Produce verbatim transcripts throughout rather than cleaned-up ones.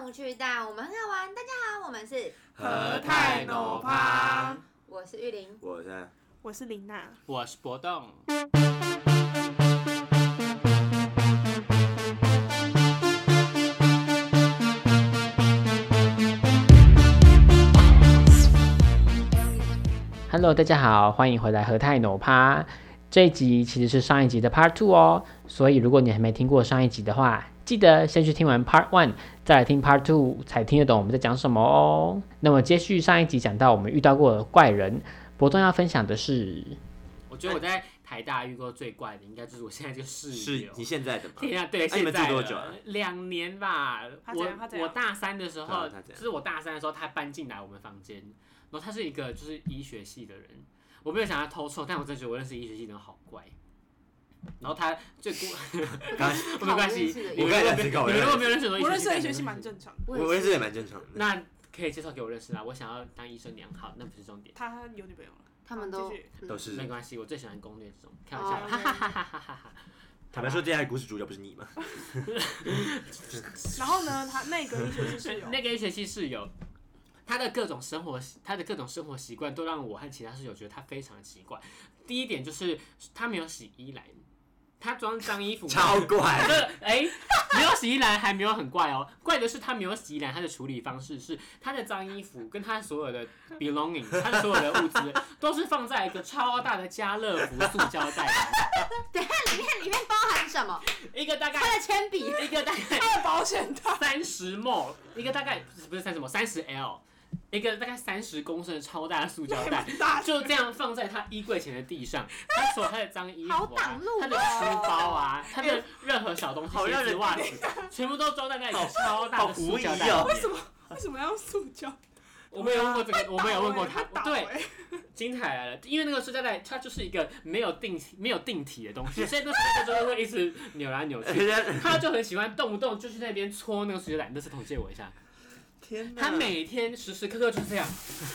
童趣，但我们很好玩。大家好，我们是和泰诺趴， 我是玉玲， 我是我是林娜， 我是博栋。 Hello， 大家好，欢迎回来和泰诺趴。这一集其实是上一集的 Part Two 哦，所以如果你还没听过上一集的话，记得先去听完 Part One， 再来听 Part Two， 才听得懂我们在讲什么哦。那么接续上一集讲到我们遇到过的怪人，博东要分享的是， 我觉得我在台大遇过最怪的，应该就是我现在这个室友。 是你现在的吗？ 天啊，对， 那、啊、你们住多久啊？两年吧。我我大三的时候，就是我大三的时候，他搬进来我们房间，然后他是一个就是医学系的人。我没有想要偷臭，但我真的觉得我认识医学系的人好怪。然后他最过，没关系，你们如果没有认识， 我认识医学系蛮正常的， 我认识也蛮正常的。 那可以介绍给我认识啊，我想要当医生娘，好，那不是重点。 他有女朋友了， 他们都都是没关系，我最喜欢攻略这种，开玩笑，哈哈哈哈哈哈。 坦白说，接下来故事主角不是你吗？ 然后呢，他那个医学系室友， 那个医学系室友。他的各种生活，他的各种生活习惯都让我和其他室友觉得他非常的奇怪。第一点就是他没有洗衣篮，他装脏衣服， 超怪。 这哎、欸，没有洗衣篮还没有很怪哦，怪的是他没有洗衣篮，他的处理方式是他的脏衣服跟他所有的 belonging， 他的所有的物资都是放在一个超大的家乐福塑胶袋里。 等一下，里面里面包含什么？ 一个大概他的铅笔， 一个大概他的保险套， 三十 ml， 一个大概不是三十 ml， 三十 L。一个大概三十公升的超大的塑胶袋，就这样放在他衣柜前的地上。他所有他的脏衣服啊，他的书包啊，他的任何小东西，鞋子、袜子，全部都装在那里超大的塑胶袋。 为什么为什么要塑胶？ 我没有问过这个，我没有问过他。对，精彩来了，因为那个塑胶袋它就是一个没有定没有定体的东西，所以那塑胶袋就会一直扭来扭去。他就很喜欢动不动就去那边搓那个塑胶袋。那是同借我一下。他每天时时刻刻就是这样，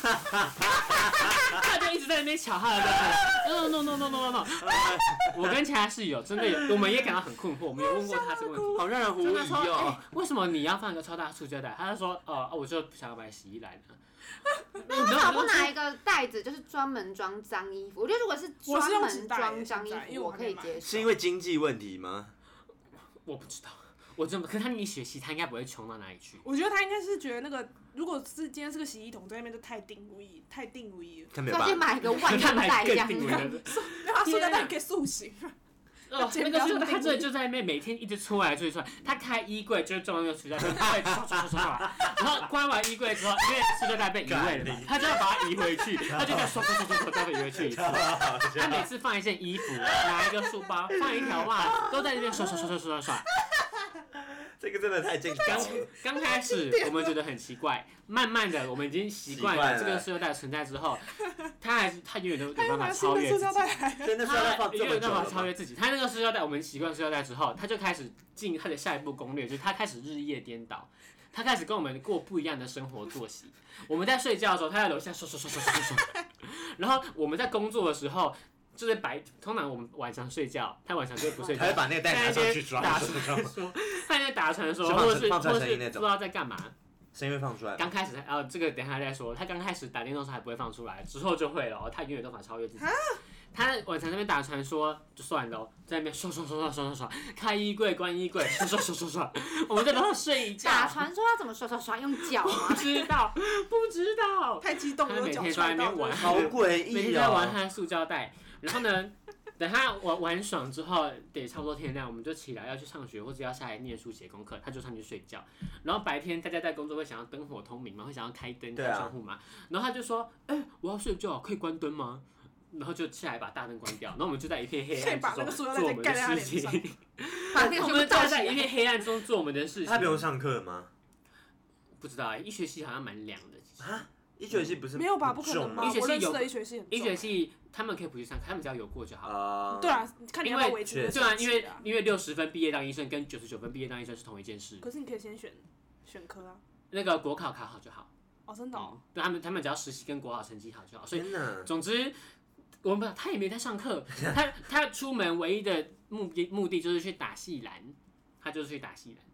他就一直在那边瞧他的那个 no no no no no no no。我跟其他室友真的有，我们也感到很困惑，我们有问过他这个问题， 好让人狐疑哦、 欸。为什么你要放一个超大的塑胶袋？他就说，哦、呃，我就不想要买洗衣篮了。 那为什么不拿一个袋子，就是专门装脏衣服？我觉得如果是专门装脏衣服，我可以接受。 是因为经济问题吗？ 我不知道。我真的，可是他医学系，他应该不会穷到哪里去。 我觉得他应该是觉得那个，如果是今天是个洗衣桶在那边，就太定位，太定位了。 他没有办法。 去买个万用袋这样。 那他塑料袋可以塑形。 哦，那个是他真的就在那边每天一直出来出去出来，他开衣柜就是装那个塑料袋，他会刷刷刷刷，然后关完衣柜之后，因为塑料袋被移位了嘛，他就要把它移回去，他就再刷刷刷刷刷再移回去一次。他每次放一件衣服，拿一个书包，放一条袜子，都在那边刷刷刷刷刷刷。 这个真的太正常了。 刚刚开始我们觉得很奇怪，慢慢的我们已经习惯了这个塑料袋存在之后，他还是他永远都有办法超越自己， 真的塑料袋放这么久了吗？ 永远有办法超越自己。他那个塑料袋，我们习惯塑料袋之后，他就开始进他的下一步攻略，就是他开始日夜颠倒，他开始跟我们过不一样的生活作息。我们在睡觉的时候，他在楼下刷刷刷刷刷刷刷，然后我们在工作的时候。就是白，通常我们晚上睡觉，他晚上就不睡觉， 他会把那个袋拿上去抓， 打传说，他在打传说，或者是或者是不知道在干嘛， 声音会放出来。 刚开始，然后这个等一下再说。他刚开始打电动的时候还不会放出来，之后就会了。他永远都无法超越自己。他晚上那边打传说就算了，在那边刷刷刷刷刷刷刷，开衣柜关衣柜，刷刷刷刷刷。我们在楼上睡一觉。 打传说要怎么刷刷刷？用脚吗？ 不知道，不知道。 太激动了， 他每天都在那边玩， 好诡异哦。 每天在玩他的塑胶袋。然后呢，等他玩玩爽之后，得差不多天亮，我们就起来要去上学，或者要下来念书写功课，他就上去睡觉。然后白天大家在工作会想要灯火通明嘛，会想要开灯开窗户嘛。然后他就说：“哎、欸，我要睡觉，可以关灯吗？”然后就下来把大灯关掉，然后我们就在一片黑暗之中做我们的事情。我们就在一片黑暗中做我们的事情。 他不用上课吗？ 不知道哎、欸，医学系好像蛮凉的。其实啊，医学系不是没有吧？不可能吧？ 医学系有医学系， 医学系他们可以不去上课，他们只要有过就好了。 Uh, 对啊，看你要不要维持。 对啊，因为因为六十分毕业当医生跟九十九分毕业当医生是同一件事。 可是你可以先选选科啊。 那个国考考好就好。 哦，真的哦。 嗯、对他们，他们只要实习跟国考成绩好就好。所以总之，我们他也没在上课，他他出门唯一的目的目的就是去打系篮，他就是去打系篮。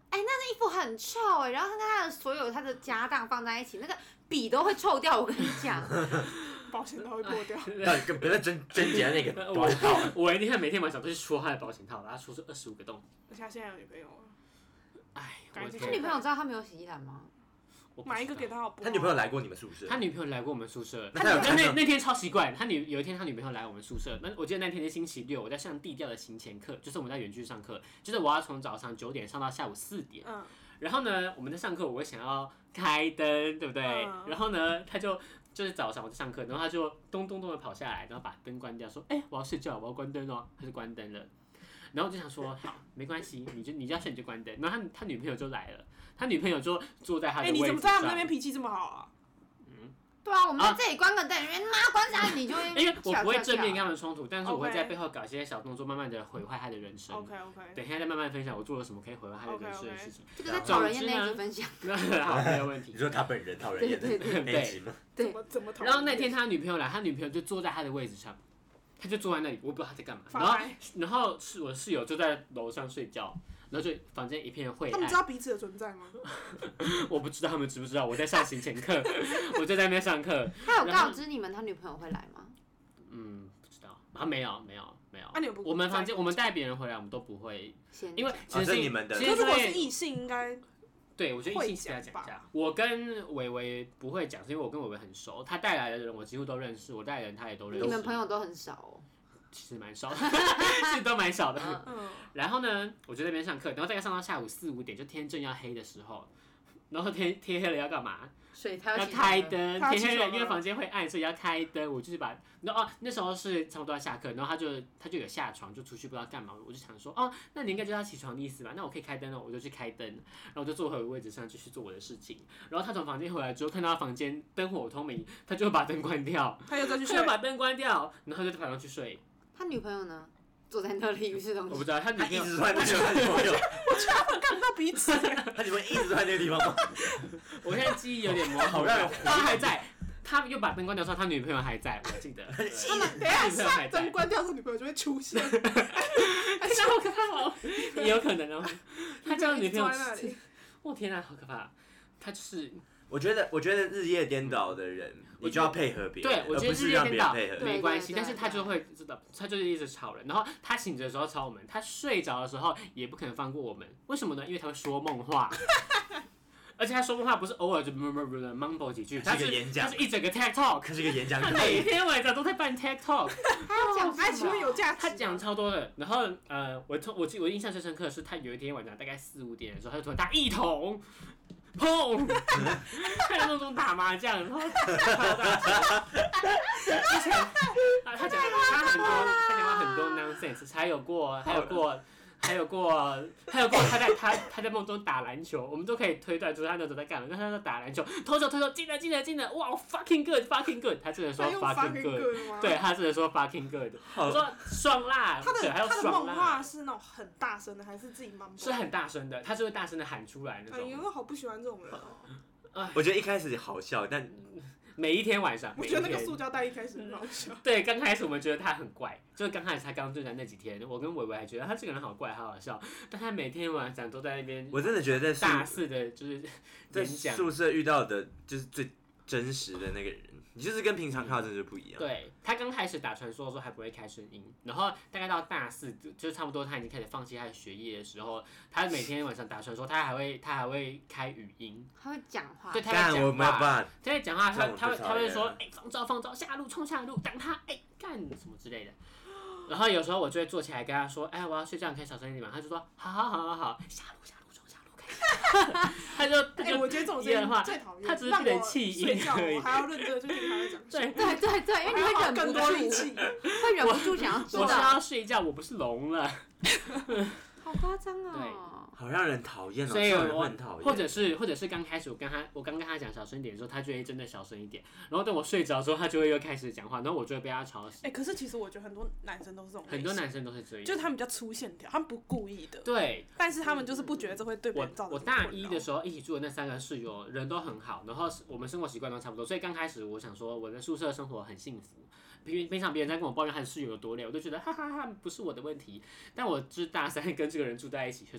哎、欸，那衣服很臭哎、欸，然后他跟他的所有他的家当放在一起，那个笔都会臭掉。我跟你讲， 保险套会破掉。 到底跟别人贞贞洁那个保险套， 我一定会每天晚上都去戳他的保险套，把它戳出二十五个洞。 而且他现在有女朋友了。 哎， 他女朋友知道他没有洗衣篮吗？ 买一个给他好不好？ 他女朋友来过你们宿舍？ 他女朋友来过我们宿舍， 那他有那那那天超奇怪，他女有一天他女朋友来我们宿舍，那我记得那天是星期六，我在上地调的行前课，就是我们在园区上课，就是我要从早上九点上到下午四点。嗯。然后呢，我们在上课，我会想要开灯，对不对？嗯、然后呢，他就就是早上我在上课，然后他就咚咚咚的跑下来，然后把灯关掉，说：“哎、欸，我要睡觉，我要关灯哦。”他就关灯了。然后我就想说，好，没关系，你就你要睡你就关灯。然后他他女朋友就来了，他女朋友就坐在他的位置上。哎、欸， 你怎么在他们那边脾气这么好啊？ 嗯，对啊，我们在这里关个灯，因为妈关上你就会。 因为我不会正面跟他们冲突，但是我会在背后搞一些小动作，慢慢的毁坏他的人生。 OK OK。 等一下再慢慢分享我做了什么可以毁坏他的人生的事情。 这个在讨人厌那一集分享。 好，没有问题。 你说他本人讨人厌的那一集吗？ 对。怎么怎么讨？ 然后那天他女朋友来，他女朋友就坐在他的位置上。他就坐在那里，我不知道他在干嘛。然后，然后是我室友就在楼上睡觉，然后就房间一片灰暗。 他们知道彼此的存在吗？ 我不知道他们知不知道。我在上行前课，我就在那边上课。 他有告知你们他女朋友会来吗？ 嗯，不知道。啊，没有，没有，没有。 啊、你不我们房间，我们带别人回来，我们都不会，因为其实是你们的。 可是如果是异性，应该。 对，我觉得异性要讲一下。我跟伟伟不会讲，是因为我跟伟伟很熟，他带来的人我几乎都认识，我带的人他也都认识。 你们朋友都很少哦。 其实蛮少的，其实都蛮少的。嗯、然后呢，我就在那边上课，然后大概上到下午四五点，就天正要黑的时候，然后天天黑了要干嘛？ 水他要开灯，天黑了因为房间会暗，所以要开灯。我就是把，然后哦那时候是差不多要下课，然后他就他就有下床，就出去不知道干嘛。我就想说，哦，那你应该就是要起床的意思吧？那我可以开灯了，我就去开灯，然后我就坐回我位置上继续做我的事情。然后他从房间回来之后，看到他房间灯火通明，他就会把灯关掉， 他又再去睡， 他又把灯关掉，然后就跑上去睡。 他女朋友呢？坐在那里，于是东西。 我不知道，他女朋友一直坐在那个地方。 我觉得他们看不到彼此。 他女朋友一直坐在那个地方吗？ 我现在记忆有点模糊，他还在，他又把灯关掉之后，他女朋友还在，我记得。 他们等一下灯关掉之后，女朋友就会出现。 天哪，好可怕哦！也有可能哦。他叫女朋友。我天哪，好可怕！他就是。 我觉得，我觉得日夜颠倒的人，你就要配合别人， 对，我觉得日夜颠倒没关系， 对对对对， 但是他就会知道，他就是一直吵人，然后他醒着的时候吵我们，他睡着的时候也不可能放过我们，为什么呢？因为他会说梦话，而且他说梦话不是偶尔就 mumble 几句， 他是个演讲， 他是一整个 tech talk， 他是个演讲， 他每天晚上都在办 tech talk， 他讲爱情会有价值， 他讲超多的，然后呃，我我记我印象最深刻的是，他有一天晚上大概四五点的时候，他就突然打一桶。砰！看那种打麻将，然后超大声。之前啊，他讲他很多，他讲话很多 nonsense， 还有过，还有过，还有过，还有过，他在他他在梦中打篮球，我们都可以推断出他那时候在干嘛。那他在打篮球，投球投球进了进了进了，哇 ，fucking good，fucking good， 他真的说 fucking good， 对他真的说 fucking good， 我说爽啦， 他的还有他的爽啦。 梦话是那种很大声的，还是自己慢？ 是很大声的，他是会大声的喊出来那种。 哎呦，我好不喜欢这种人哦。 我觉得一开始好笑，但每一天晚上， 我觉得那个塑胶袋一开始很好笑。 对，刚开始我们觉得他很怪，就是刚开始他刚进来那几天，我跟伟伟还觉得他这个人好怪，好好笑。但他每天晚上都在那边， 我真的觉得在大肆的，就是在宿舍遇到的，就是最真实的那个人。你就是跟平常看到真的不一样。 对，他刚开始打传说的时候还不会开声音，然后大概到大四就就差不多他已经开始放弃他的学业的时候，他每天晚上打传说，他还会他还会开语音， 他会讲话， 对，他会讲话，他在讲话，他他会他会说，哎、欸，放招放招，下路冲下路，挡他，哎、欸，干什么之类的。然后有时候我就会坐起来跟他说，哎、欸，我要睡觉，你可以小声一点嘛。他就说，好好好好好，下路下路。他就他就， 欸、我觉得这种声音最讨厌， 他只是变成气音而已， 我还要认真的去听他在讲。 对对对对，因为你会忍不住，会忍不住想要知道。 我是要睡觉，我不是聋了。 好夸张哦！ 好让人讨厌哦， 所以我很讨厌。 或者是或者是刚开始我跟他，我刚跟他讲小声一点的时候，他就会真的小声一点。然后等我睡着之后，他就会又开始讲话，然后我就会被他吵醒。 哎、欸，可是其实我觉得很多男生都是这种， 很多男生都是这样， 就是他们比较粗线条，他们不故意的。 对， 但是他们就是不觉得这会对别人造成。 我大一的时候一起住的那三个室友人都很好，然后我们生活习惯都差不多，所以刚开始我想说我的宿舍生活很幸福。平平常别人在跟我抱怨他的室友有多累，我都觉得哈哈哈，不是我的问题。但我就是大三跟这个人住在一起之后，我才知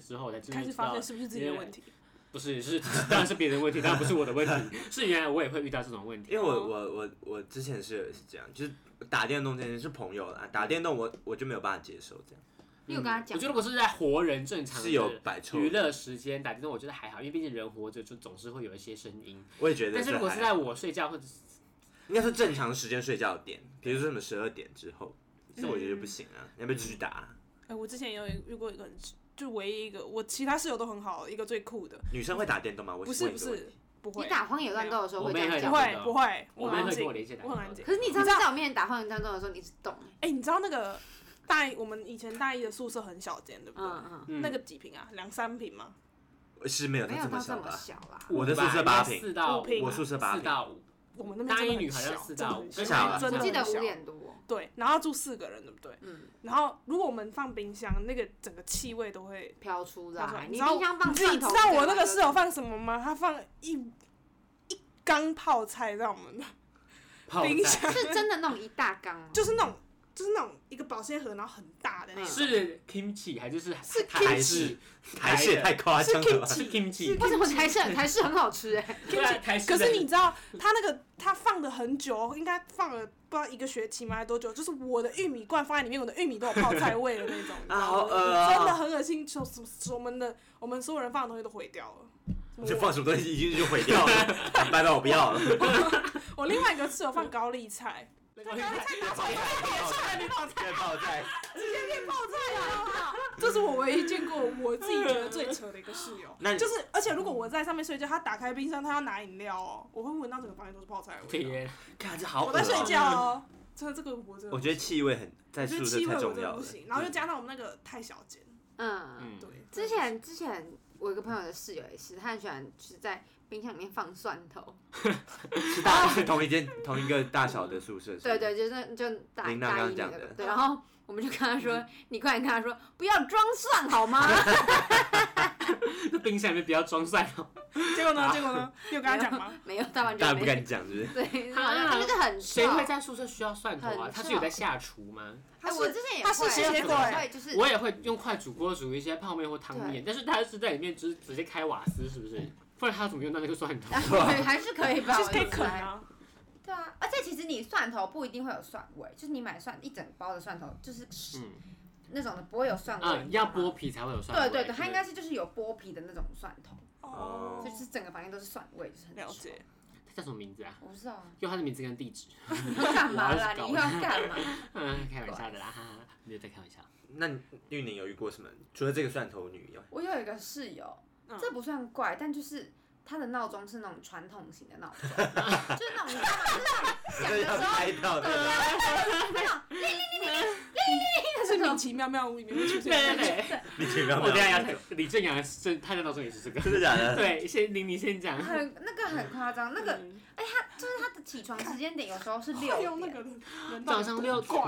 开始发现是不是自己的问题？ 不是，是当然是别人的问题，当然不是我的问题。是原来我也会遇到这种问题。 因为我我我我之前是是这样，就是打电动这件事是朋友啦，打电动我我就没有办法接受这样。 你有跟他讲？ 我觉得如果是在活人正常是有摆臭娱乐时间打电动，我觉得还好，因为毕竟人活着就总是会有一些声音。 我也觉得。 但是如果是在我睡觉或者应该是正常时间睡觉的点，比如说什么十二点之后，这我觉得不行啊，你要不要继续打、啊？ 哎、欸，我之前也有遇过一个很，就唯一一个，我其他室友都很好，一个最酷的。 女生会打电动吗？我不是不是，不会。 你打荒野乱斗的时候会这样讲？ 不会不会， 我很安静， 我很安静。 可是你上次在我面前打荒野乱斗的时候，你是懂。 哎、欸，你知道那个大一我们以前大一的宿舍很小间，对不对？嗯嗯。那个几坪啊？两三坪吗？ 是没有没有这么小吧？ 我的宿舍八坪， 四到五我宿舍八坪， 四到五。 我们那边大一女好像四到五， 真的真的我记得五点多。 对，然后住四个人，对不对？嗯。然后如果我们放冰箱，那个整个气味都会飘出来。 你冰箱放你自己知道我那个室友放什么吗？他放一一缸泡菜在我们的冰箱， 是真的那种一大缸， 就是那种就是那种一个保鲜盒，然后很大的那种。 是 kimchi 还是是是台式？台式也太夸张了吧？ 是 kimchi。 为什么台式台式很好吃哎？ 对啊，台式。 可是你知道他那个他放的很久，应该放了不知道一个学期吗？还多久？就是我的玉米罐放在里面，我的玉米都有泡菜味的那种， 啊，好恶啊！ 真的很恶心，就我们的我们所有人放的东西都毁掉了。 就放什么东西已经就毁掉了，拜拜，我不要了。 我另外一个室友放高丽菜。 高丽菜泡菜， 泡菜，泡菜， 直接变泡菜了。 这是我唯一见过我自己觉得最扯的一个室友。就是，而且如果我在上面睡觉，他打开冰箱，他要拿饮料哦，我会闻到整个房间都是泡菜味。 天， 看这好恶。 我在睡觉哦，真的这个我真的。 我觉得气味很在宿舍太重要了。 然后又加上我们那个太小间。 嗯，对。之前之前我有一个朋友的室友也是，他很喜欢就是在冰箱里面放蒜头。 是大是同一间同一个大小的宿舍。 对对，就是就大大一那个。对，然后我们就跟他说：“你快点跟他说，不要装蒜好吗？” 那冰箱里面不要装蒜头。 结果呢？结果呢？你有跟他讲吗？ 没有，他完全大家不敢讲，是不是？ 对，他就是很谁会在宿舍需要蒜头啊？他是有在下厨吗？ 哎，我之前也他是吸血鬼， 就是我也会用快煮锅煮一些泡面或汤面，但是他是在里面直直接开瓦斯，是不是？不然他怎么用到那个蒜头？ 还是可以吧？ 其实可以啃啊。 对啊，而且其实你蒜头不一定会有蒜味，就是你买蒜一整包的蒜头，就是那种的不会有蒜味。 嗯，要剥皮才会有蒜味。 对对对，它应该是就是有剥皮的那种蒜头。 哦。 就是整个房间都是蒜味，就是很了解。 他叫什么名字啊？ 我不知道。 用他的名字跟地址。 干嘛啦？你又要干嘛？ 嗯，开玩笑的啦，哈哈，没有在开玩笑。 那玉宁有遇过什么？除了这个蒜头女以外， 我有一个室友，这不算怪，但就是他的闹钟是那种传统型的闹钟，就是那种你知道吗？响的时候，对对对，那种铃铃铃铃铃铃铃， 是名其妙妙屋里面会出现。 对对对， 名其妙妙。 我等下要李正阳他的闹钟也是这个， 真的假的？ 对，先玲玲先讲。 很那个很夸张，那个哎他就是他的起床时间点有时候是六点， 早上六点。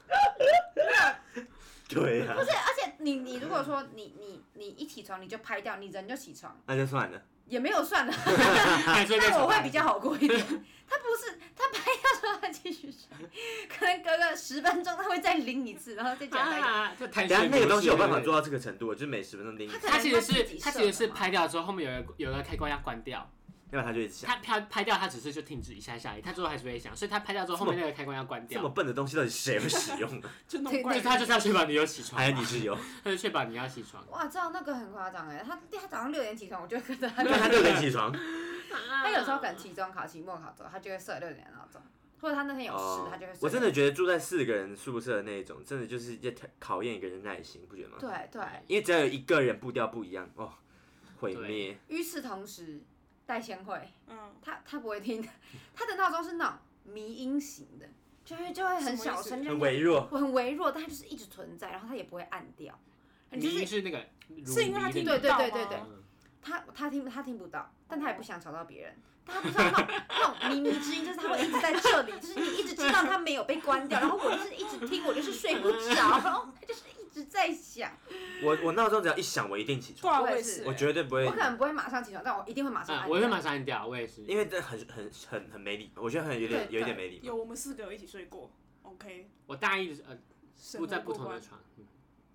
对啊。 不是，而且你你如果说你你你一起床你就拍掉，你人就起床， 那就算了。 也没有算了，但我会比较好过一点。他不是，他拍掉之后他继续睡，可能隔个十分钟他会再拎一次，然后再讲再讲。 等下那个东西有办法做到这个程度，就是每十分钟拎一次。 他其实是他其实是拍掉之后，后面有个有个开关要关掉。 要不然他就一直响。 他拍拍掉，他只是就停止一下下，他之后还是会响，所以他拍掉之后，后面那个开关要关掉。 这么笨的东西到底谁会使用呢？ 就那么怪。 他就是要确保你有起床， 还有你是有， 他就确保你要起床。 哇，知道那个很夸张哎，他他早上六点起床，我就跟着他。 他六点起床。 他有时候可能期中考、期末考之后，他就会设六点闹钟，或者他那天有事，他就会设。 我真的觉得住在四个人宿舍的那一种，真的就是在考验一个人耐心，不觉得吗？ 对对。 因为只要有一个人步调不一样，哦，毁灭。 与此同时。戴先会，嗯，他他不会听，他的闹钟是那种迷音型的，就会就会很小声， 很微弱， 很微弱，但它就是一直存在，然后它也不会按掉。 迷音是那个， 是因为他听不到吗？对对对对对，他他听他听不到，但他也不想吵到别人。他不是那种那种靡靡之音，就是他会一直在这里，就是你一直知道他没有被关掉，然后我就是一直听，我就是睡不着，然后他就是一直在响。 我我闹钟只要一响，我一定起床。 我也是， 我绝对不会。 我可能不会马上起床，但我一定会马上按掉。 我会马上按掉，我也是。 因为这很很很很没礼，我觉得很有点有一点没礼。 有我们四个有一起睡过 ，OK。 我大一的呃，不在不同的床。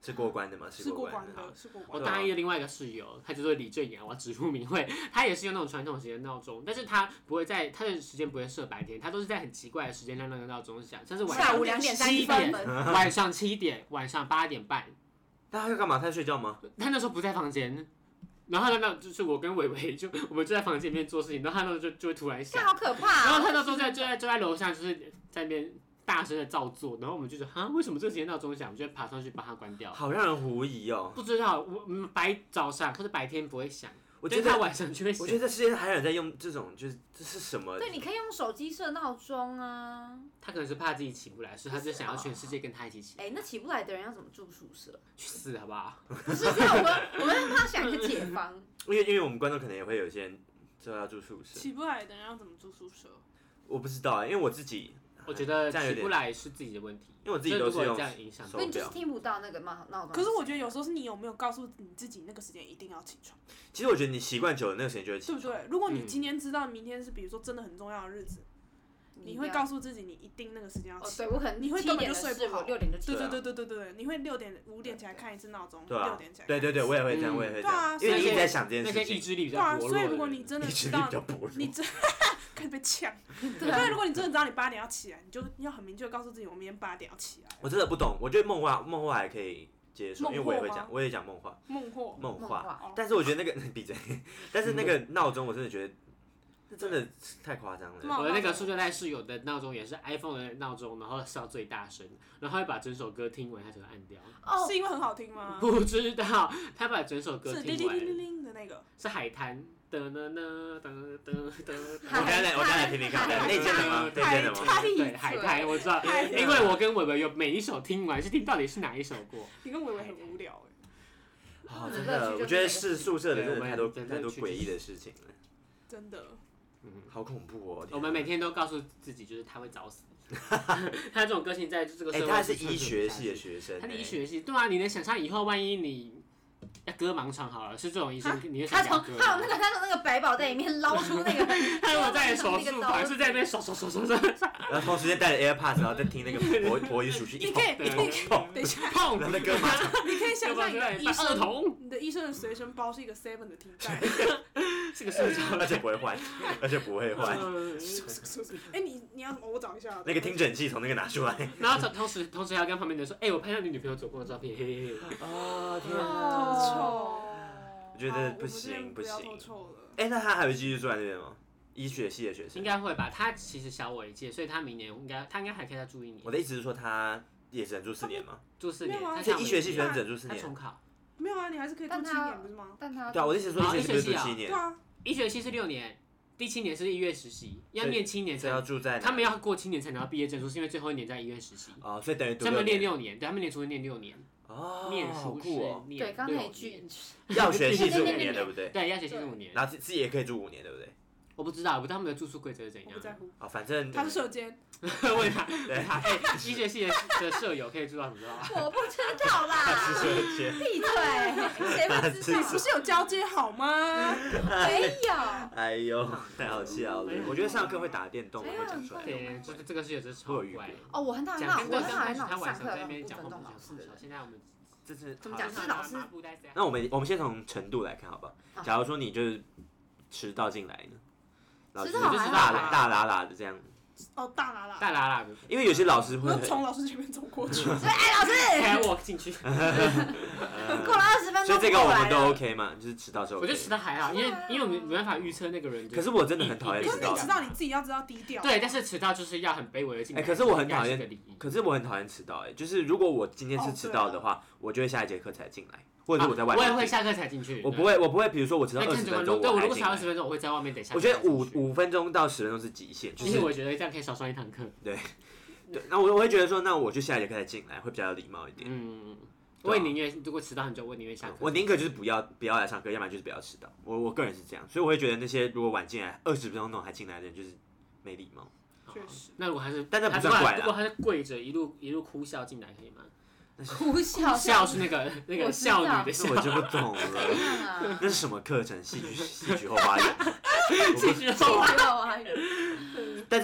是过关的吗？ 是过关的， 是过关我大一的另外一个室友，他就是李正阳，我要指出名讳，他也是用那种传统时间闹钟，但是他不会在他的时间不会设白天，他都是在很奇怪的时间让那个闹钟响，像是晚上下午两点三十分， 晚上七点，晚上八点半。 那他在干嘛？他在睡觉吗？ 他那时候不在房间。然后他那就是我跟伟伟就我们就在房间里面做事情，然后他那时候就就会突然响， 好可怕、啊。 然后他那时候在就在就在楼上就是在那边大声的照做，然后我们就说啊为什么这个时间闹钟响？我们就会爬上去帮他关掉。 好让人狐疑哦。 不知道我嗯白早上，可是白天不会响。 我觉得他晚上就会响。 我觉得这世界上还有人在用这种，就是这是什么？ 对，你可以用手机设闹钟啊。 他可能是怕自己起不来，所以他就想要全世界跟他一起起。 哎、欸，那起不来的人要怎么住宿舍？ 去死好不好？ 不是这样，我们我们帮他想一个解方。 因为因为我们观众可能也会有些人知道要住宿舍。 起不来的人要怎么住宿舍？ 我不知道啊，因为我自己。 我觉得起不来是自己的问题， 因为我自己都是用这样影响， 所以你就是听不到那个闹闹钟。 可是我觉得有时候是你有没有告诉你自己那个时间一定要起床。 其实我觉得你习惯久了，那个时间就会起床， 对不对？如果你今天知道明天是比如说真的很重要的日子，嗯、你会告诉自己你一定那个时间要起床。 哦、对，我可能你会根本就睡不好， 六点就起对对对对对对，你会六点五点起来看一次闹钟，六、 啊、 点起来。 对对对，我也会这样，嗯、我也会这样。 啊、 因为你一直在想这件事情， 那些意志力比较薄弱。 对啊，所以如果你真的知道，你真。开始被呛，对。但如果你真的知道你八点要起来，你就要很明确告诉自己，我明天八点要起来。 我真的不懂，我觉得梦话梦话还可以接受，因为我也会讲，我也讲梦话。 梦话。 梦话。但是我觉得那个闭嘴，但是那个闹钟我真的觉得。真的太夸张了！ 我的那个宿舍带室友的闹钟也是 iPhone 的闹钟，然后是要最大声，然后他会把整首歌听完，他才会按掉。 哦，是因为很好听吗？ 不知道，他把整首歌听完。 是铃铃铃铃的那个。 是海滩。噔噔噔噔噔噔。 我刚才我刚才听听看，那间的吗？那间的吗？ 对，海滩我知道，因为我跟伟伟有每一首听完，是听到底是哪一首过。 你跟伟伟很无聊哎。哦，真的，我觉得是宿舍的真的太多太多诡异的事情了。 真的。 嗯，好恐怖哦！ 我们每天都告诉自己，就是他会早死。他这种个性在这个社会， 哎，他是医学系的学生， 他是医学系，对啊，你能想象以后万一你要割盲肠好了，是这种医生，你会想他从他从那个他从那个百宝袋里面捞出那个， 他有在手术房是在那边刷刷刷刷刷， 然后同时间带着 AirPods， 然后再听那个博博音数据， 你可以，你可以，等一下， 砰，然后割盲肠， 你可以想象一个医生， 你的医生的随身包是一个 Seven 的提袋。 是个塑胶， 而且不会换，而且不会换。 哎，你你要什么？我找一下。 那个听诊器从那个拿出来。 然后同时同时还要跟旁边的人说，哎，我拍到你女朋友走过的照片，嘿嘿嘿。 哦天哪，臭！ 我觉得不行不行。哎，那他还会继续住在那边吗？医学系的学生。 应该会吧，他其实小我一届，所以他明年应该他应该还可以再住一年。 我的意思是说，他也只能住四年吗？ 住四年， 而且医学系学生只能住四年。 他重考。 没有啊，你还是可以住七年，不是吗？ 但他对啊，我的意思是说医学系不是住七年。 对啊。 医学系是六年，第七年是一月实习，要念七年才要住在。 他们要过七年才拿到毕业证书，是因为最后一年在医院实习。 哦，所以等于他们念六年，对，他们念书是念六年。 哦， 念书是念对，刚才句。 药学系是五年，对不对？ 对，药学系是五年。 然后自己也可以住五年，对不对？ 我不知道，我不知道他们的住宿规则是怎样。 我不在乎。 啊，反正。 他是舍监。 问他，对他，哎，医学系的的舍友可以住到什么时候？ 我不知道啦。 他是舍监。 闭嘴！谁会知道？ 你不是有交接好吗？ 没有。 哎呦，太好笑了！我觉得上课会打电动，我会讲出来。 对，这个这个是有这超怪。 哦，我很讨厌那种，我很讨厌那种上课在那边讲不尊重老师的。 现在我们这是怎么讲？是老师。 那我们我们先从程度来看，好不好？假如说你就是迟到进来呢？老师就是大大喇喇的这样。 哦，大喇喇。 大喇喇的， 因为有些老师会从老师前面走过去。 哎，老师， 开我进去。 过了二十分钟。 所以这个我们都 OK 嘛，就是迟到是 OK。 我觉得迟到还好，因为因为我们没办法预测那个人。 可是我真的很讨厌迟到。 可是你迟到你自己要知道低调。 对，但是迟到就是要很卑微的进来。 哎，可是我很讨厌，可是我很讨厌迟到。哎，就是如果我今天是迟到的话，我就会下一节课才进来。或者是我在外面， 我也会下课才进去。 我不会，我不会，比如说我迟到二十分钟， 对，我如果迟到二十分钟，我会在外面等下。 我觉得五五分钟到十分钟是极限，就是我觉得这样可以少上一堂课。 对，对，那我我会觉得说，那我就下一节课才进来，会比较有礼貌一点。 嗯，我也宁愿如果迟到很久，我宁愿下课。 我宁可就是不要不要来上课，要不然就是不要迟到。我我个人是这样，所以我会觉得那些如果晚进来二十分钟那种还进来的人，就是没礼貌。 确实。 那如果还是， 但那不算怪啦。 如果他是跪着一路一路哭笑进来，可以吗？ 哭笑笑是那个那个少女的笑， 我就不懂了。那是什么课程？戏剧戏剧后花园。 戏剧后花园。 但这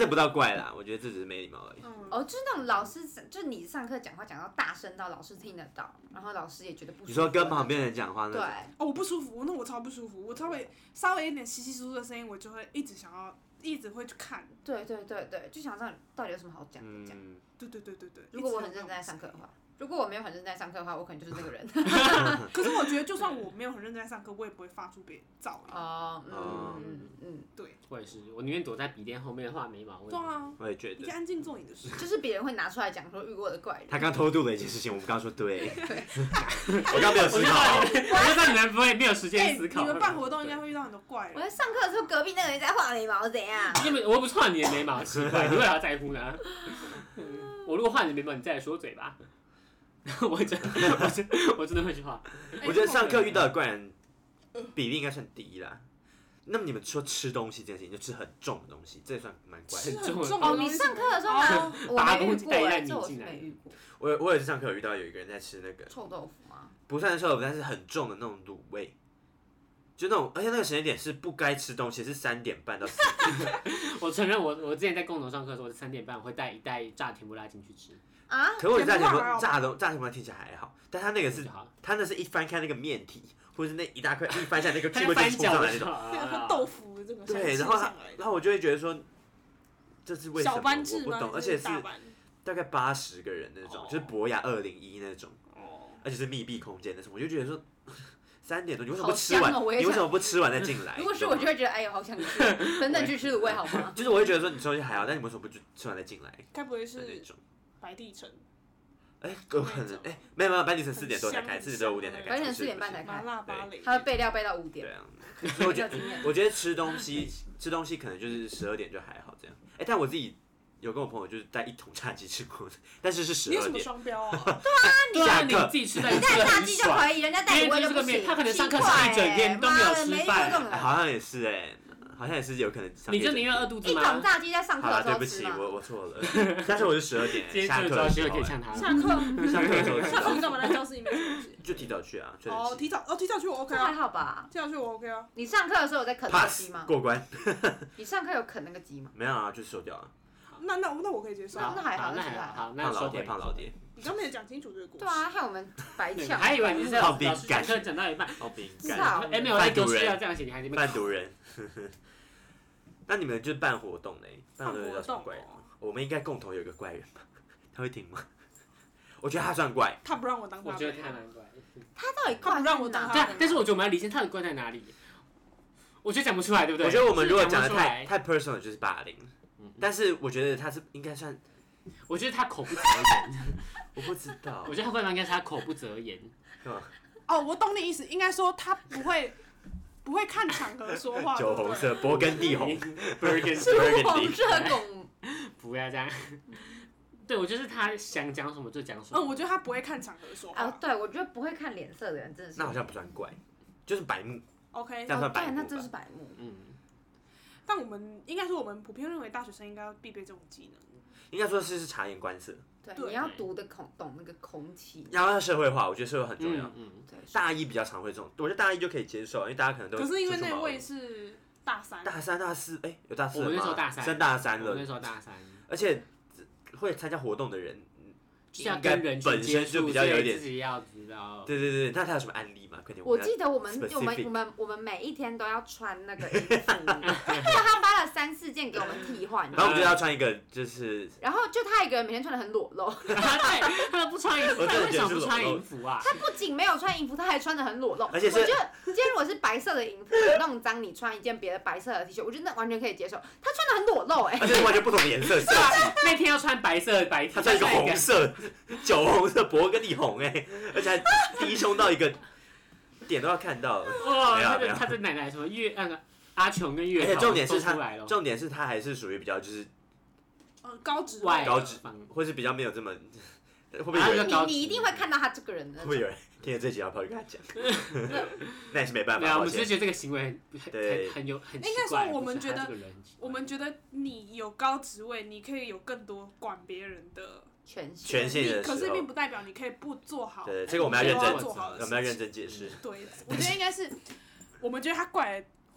不到怪啦，我觉得这只是没礼貌而已。 嗯、哦，就是那种老师，就是你上课讲话讲到大声到老师听得到，然后老师也觉得不舒服。 你说跟旁边人讲话那种？ 对。 哦，我不舒服，那我超不舒服，我稍微稍微一点稀稀疏疏的声音，我就会一直想要，一直会去看。对对对对，就想知道到底有什么好讲的这样。 嗯、对对对对对。 如果我很认真在上课的话。如果我没有很认真在上课的话，我可能就是那个人。 可是我觉得，就算我没有很认真在上课，我也不会发出别噪音。 哦，嗯嗯嗯， 对。 我也是，我宁愿躲在笔电后面画眉毛。 对啊， 我也觉得。 你安静做你的事。 就是别人会拿出来讲说遇过的怪人。 他刚偷渡了一件事情，我们刚刚说对。我刚没有思考。 我就知道你们不会没有时间思考。 你们办活动应该会遇到很多怪人。 我在上课的时候，隔壁那个人在画眉毛，怎样？ 因为我又不是画你的眉毛，奇怪，你为啥在乎呢？我如果画你的眉毛，你再来说嘴吧。我真，我真，我真的会去画。 我觉得上课遇到的怪人比例应该算低啦。那么你们说吃东西这件事情，就吃很重的东西，这也算蛮怪的。 很重哦，你上课的时候拿，我没遇过哎，这我是没遇过。 我我也是上课有遇到有一个人在吃那个臭豆腐吗？ 不算臭豆腐，但是很重的那种卤味。就那种，而且那个时间点是不该吃东西，是三点半到四点。 我承认我，我之前在共同上课的时候，我三点半我会带一袋炸甜不辣进去吃。 啊？ 可我炸甜不炸的炸甜不辣听起来还好，但他那个是，他那是一翻开那个面体，或者是那一大块一翻下那个气味就冲上来那种， 那豆腐的这个。 对，然后然后我就会觉得说，这是为什么？ 小班制我不懂，而且是大概八十个人那种，就是博雅二零一那种，而且是密闭空间那种，我就觉得说。三点多，你为什么不吃完？你为什么不吃完再进来？ 如果是我，就会觉得哎呦好想吃，等等去吃卤味好吗？ 就是我会觉得说你吃东西还好，但你为什么不吃完再进来？ 该不会是白帝城？ 哎，有可能哎，没有没有，白帝城四点多才开，四点多五点才开， 白帝城四点半才开， 对， 他的备料备到五点。 对啊，我觉得我觉得吃东西吃东西可能就是十二点就还好这样。哎，但我自己。有跟我朋友就是带一桶炸鸡吃过的，但是是十二点。 你有什么双标啊？ 对啊， 你自己吃的， 你带炸鸡就可以，人家带卤味就不行。 他可能上课是一整天都没有吃饭。 好像也是哎，好像也是有可能。 你就宁愿饿肚子吗？ 一桶炸鸡在上课的时候吃吗？ 对不起，我我错了。但是我是十二点下课的时候。 可以呛他。 下课下课的时候。 那你干嘛在教室里面吃？ 就提早去啊。 哦，提早哦，提早去我 OK 啊。 还好吧？ 提早去我 OK 啊。 你上课的时候有在啃那个鸡吗？ 过关。 你上课有啃那个鸡吗？ 没有啊，就收掉了。 那那那我可以接受， 那还好， 那还好，好，那胖老爹，胖老爹。 你刚没有讲清楚这个故事。 对啊，害我们白呛。 还以为你是好敏感， 讲到一半， 好敏感。 哎，没有，那个是要这样写，你还在那边。 贩毒人。那你们就是办活动嘞？办活动遇到什么怪人吗？我们应该共同有一个怪人吧？他会听吗？我觉得他算怪。 他不让我当。 我觉得他蛮怪。 他到底怪不让我当？ 对，但是我觉得我们要理清他的怪在哪里。我觉得讲不出来，对不对？ 我觉得我们如果讲的太太 personal， 就是霸凌。但是我觉得他是应该算， 我觉得他口不择言。 我不知道， 我觉得他怪方应该是他口不择言， 是吧？ 哦，我懂你意思，应该说他不会不会看场合说话。 酒红色，勃艮第红，Burgundy， 是黄色拱。 不要这样。对，我就是他想讲什么就讲什么。 嗯，我觉得他不会看场合说话。 啊，对，我觉得不会看脸色的人真的是。 那好像不算怪，就是白目。 OK， 这样算白目。 对，那真是白目。 嗯。 但我们应该说，我们普遍认为大学生应该要必备这种技能。 应该说是是察言观色。 对，你要读的空懂那个空气。 要要社会化，我觉得社会很重要。 嗯， 对。 大一比较常会这种，我觉得大一就可以接受，因为大家可能都。 可是因为那位是大三。 大三、大四，哎，有大四吗？ 我那时候大三， 升大三了。 我那时候大三。 而且会参加活动的人。 应该本身就比较有一点， 自己要知道。 对对对，那他有什么案例吗？快点。 我记得我们我们我们我们每一天都要穿那个衣服，他发了三四件给我们替换。 然后我们就要穿一个，就是。 然后就他一个人每天穿的很裸露。 对，他不穿衣服，他为什么不穿衣服啊？ 他不仅没有穿衣服，他还穿的很裸露。 而且是， 我觉得今天如果是白色的衣服弄脏，你穿一件别的白色的 T 恤，我觉得那完全可以接受。他穿的很裸露，哎， 而且完全不同的颜色。 是啊，那天要穿白色的白 T， 他穿一个红色，酒红。红色勃艮第红哎、欸，而且还低胸到一个点都要看到。 哇，他的他的奶奶什么月那个阿琼跟月， 而且重点是他，重点是他还是属于比较就是， 呃高脂外高脂，或是比较没有这么，会不会有人你你一定会看到他这个人的？ 会不会有人听了这集要跑去跟他讲？那也是没办法。 对啊，我们只是觉得这个行为很很很有很奇怪。 应该说我们觉得，我们觉得你有高职位，你可以有更多管别人的。 权权限的时候， 可是并不代表你可以不做好。 对，这个我们要认真做好， 我们要认真解释。 对，我觉得应该是，我们觉得他怪，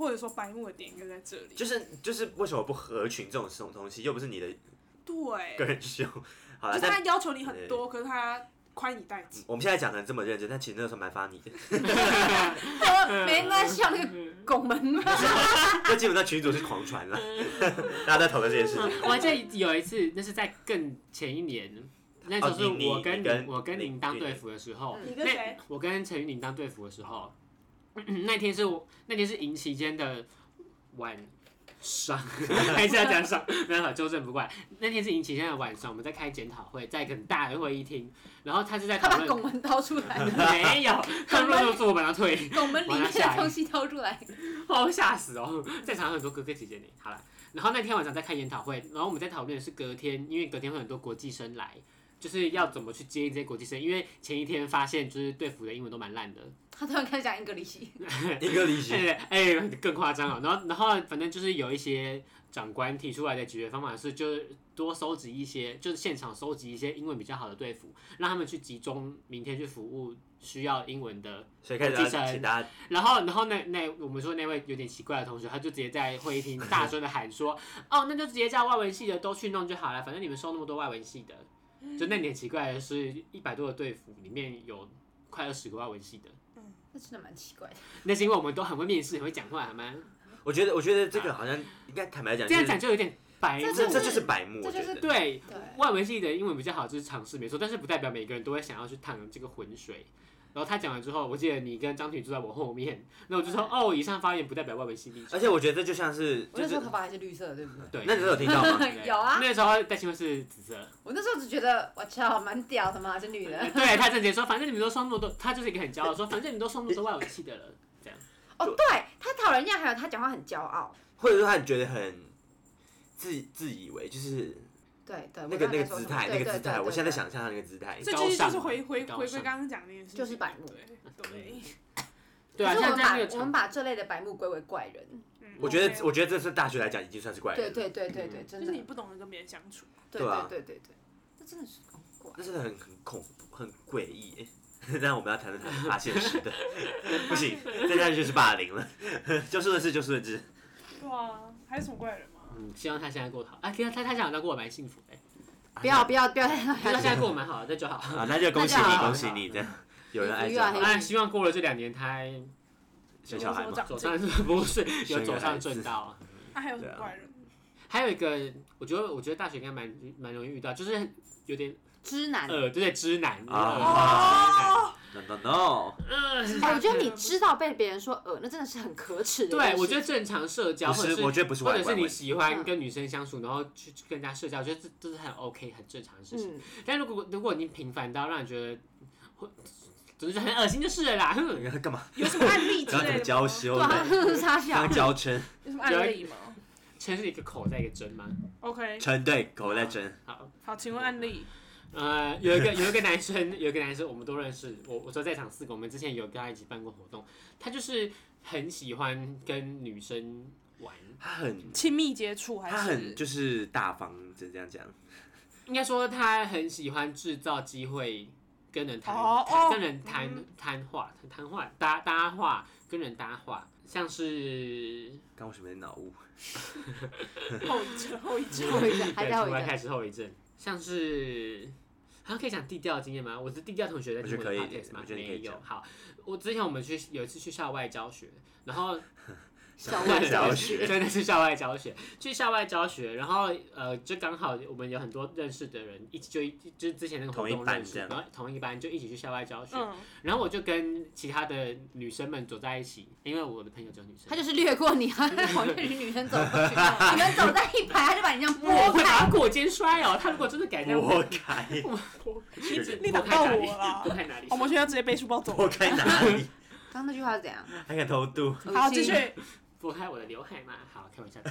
或者说白目的点应该在这里。 就是就是为什么不合群这种这种东西，又不是你的对个人秀。好啦， 就是他要求你很多，可是他宽以待己。 我们现在讲的这么认真，但其实那个时候蛮发你的。 每天都在笑那个拱门。 那基本上群主是狂传了，大家在讨论这件事情。 我还记得有一次，那是在更前一年，那时候是我跟您、我跟您当队服的时候。 你跟谁？ 我跟陈玉宁当队服的时候，那天是我那天是营期间的晚上，还是要讲上，没办法纠正不过来。那天是营期间的晚上，我们在开检讨会，在一个很大的会议厅，然后他就在讨论。 他把拱门掏出来。 没有，他们说坐我把他推。 拱门里面的东西掏出来。 哦，吓死哦！在场有很多哥哥姐姐呢。好了，然后那天晚上在开研讨会，然后我们在讨论的是隔天，因为隔天会很多国际生来，就是要怎么去接应这些国际生，因为前一天发现就是队服的英文都蛮烂的。 他突然开始讲英格里希， 英格里希， 哎哎，更夸张哦。然后然后反正就是有一些长官提出来的解决方法是，就是多收集一些，就是现场收集一些英文比较好的队服，让他们去集中明天去服务需要英文的国际生。然后然后那那我们说那位有点奇怪的同学，他就直接在会议厅大声的喊说：“哦，那就直接叫外文系的都去弄就好了，反正你们收那么多外文系的。”就那点奇怪的是，一百多个队服里面有快二十个外文系的。 那真的蛮奇怪的。 那是因为我们都很会面试，很会讲话，还蛮…… 我觉得，我觉得这个好像应该坦白讲， 这样讲就有点白目， 这这就是白目。 这就是对外文系的英文比较好，就是尝试没错，但是不代表每个人都会想要去趟这个浑水。然后他讲完之后，我记得你跟张婷坐在我后面，那我就说哦，以上发言不代表外文系立场。 而且我觉得这就像是， 我那时候头发还是绿色的，对不对？ 对， 那你有听到吗？ 有啊。 那时候戴新闻是紫色。 我那时候只觉得我操，蛮屌的嘛，这女的。 对，他直接说，反正你们都送那么多，他就是一个很骄傲说，反正你们都送那么多外文系的了，这样。 哦，对他讨人厌，还有他讲话很骄傲， 或者说他觉得很自自以为就是。 对对， 那个那个姿态，那个姿态，我现在想象他那个姿态。 这其实就是回回回归刚刚讲那件事， 就是白目。 对。 对啊， 可是我们把我们把这类的白目归为怪人。 我觉得，我觉得这是大学来讲已经算是怪人。 对对对对对，真的。 就是你不懂得跟别人相处。 对对对对对，这真的是很怪。 这真的很很恐怖，很诡异。但我们要谈谈发现实的，不行，再下去就是霸凌了。就事论事，就事论事。 对啊，还有什么怪人吗？ 嗯，希望他现在过得好。啊，他他他想他过得蛮幸福的。 不要不要不要！ 他现在过得蛮好的，那就好。 啊，那就恭喜你，恭喜你这样。有人爱这样。 哎，希望过了这两年，他生小孩吗？ 走上不是有走上正道。 那还有什么怪人？ 还有一个，我觉得我觉得大学应该蛮蛮容易遇到，就是有点知男。 呃，对对，知男。 哦。No no no！ 哎，我觉得你知道被别人说恶，那真的是很可耻的。 对，我觉得正常社交，或者是我觉得不是， 或者是你喜欢跟女生相处，然后去跟人家社交，我觉得这这是很 OK 很正常的事情。但如果如果你频繁到让你觉得会，总之很恶心就是了啦。 干嘛？ 有什么案例之类的？ 刚娇羞的， 刚娇嗔。 有什么案例吗？ 嗔是一个口在一个针吗 ？OK。 嗔对，口在针。 好， 好，请问案例。 呃，有一个有一个男生，有一个男生我们都认识。我我说在场四个，我们之前有跟他一起办过活动。他就是很喜欢跟女生玩， 他很亲密接触，还是他很就是大方，就这样讲。 应该说他很喜欢制造机会跟人谈， 哦、 跟人谈谈话、谈话、搭搭话，跟人搭话，像是刚为什么在脑雾？ 后遗症，后遗症， 后遗症，还在后遗症， 开始后遗症，像是。好像可以讲地调的经验吗？我是地调同学在听我的 podcast 吗？没有。好，我之前我们去有一次去校外教学，然后校外教学真的是校外教学，去校外教学，然后呃，就刚好我们有很多认识的人一起就就是之前那个活动认识，然后同一班就一起去校外教学，嗯、然后我就跟其他的女生们走在一起，因为我的朋友只有女生， 他就是略过你，他在旁边女生走过去，你们走在一排，他就把你这样拨开， 我会把他过肩摔哦。他如果真的改这样拨开， 你你打到我了， 拨开哪里？ 我们学校直接背书包走， 拨开哪里？ 刚刚那句话是怎样？ 还敢偷渡？ 好，继续。 拨开我的刘海嘛，好，开玩笑。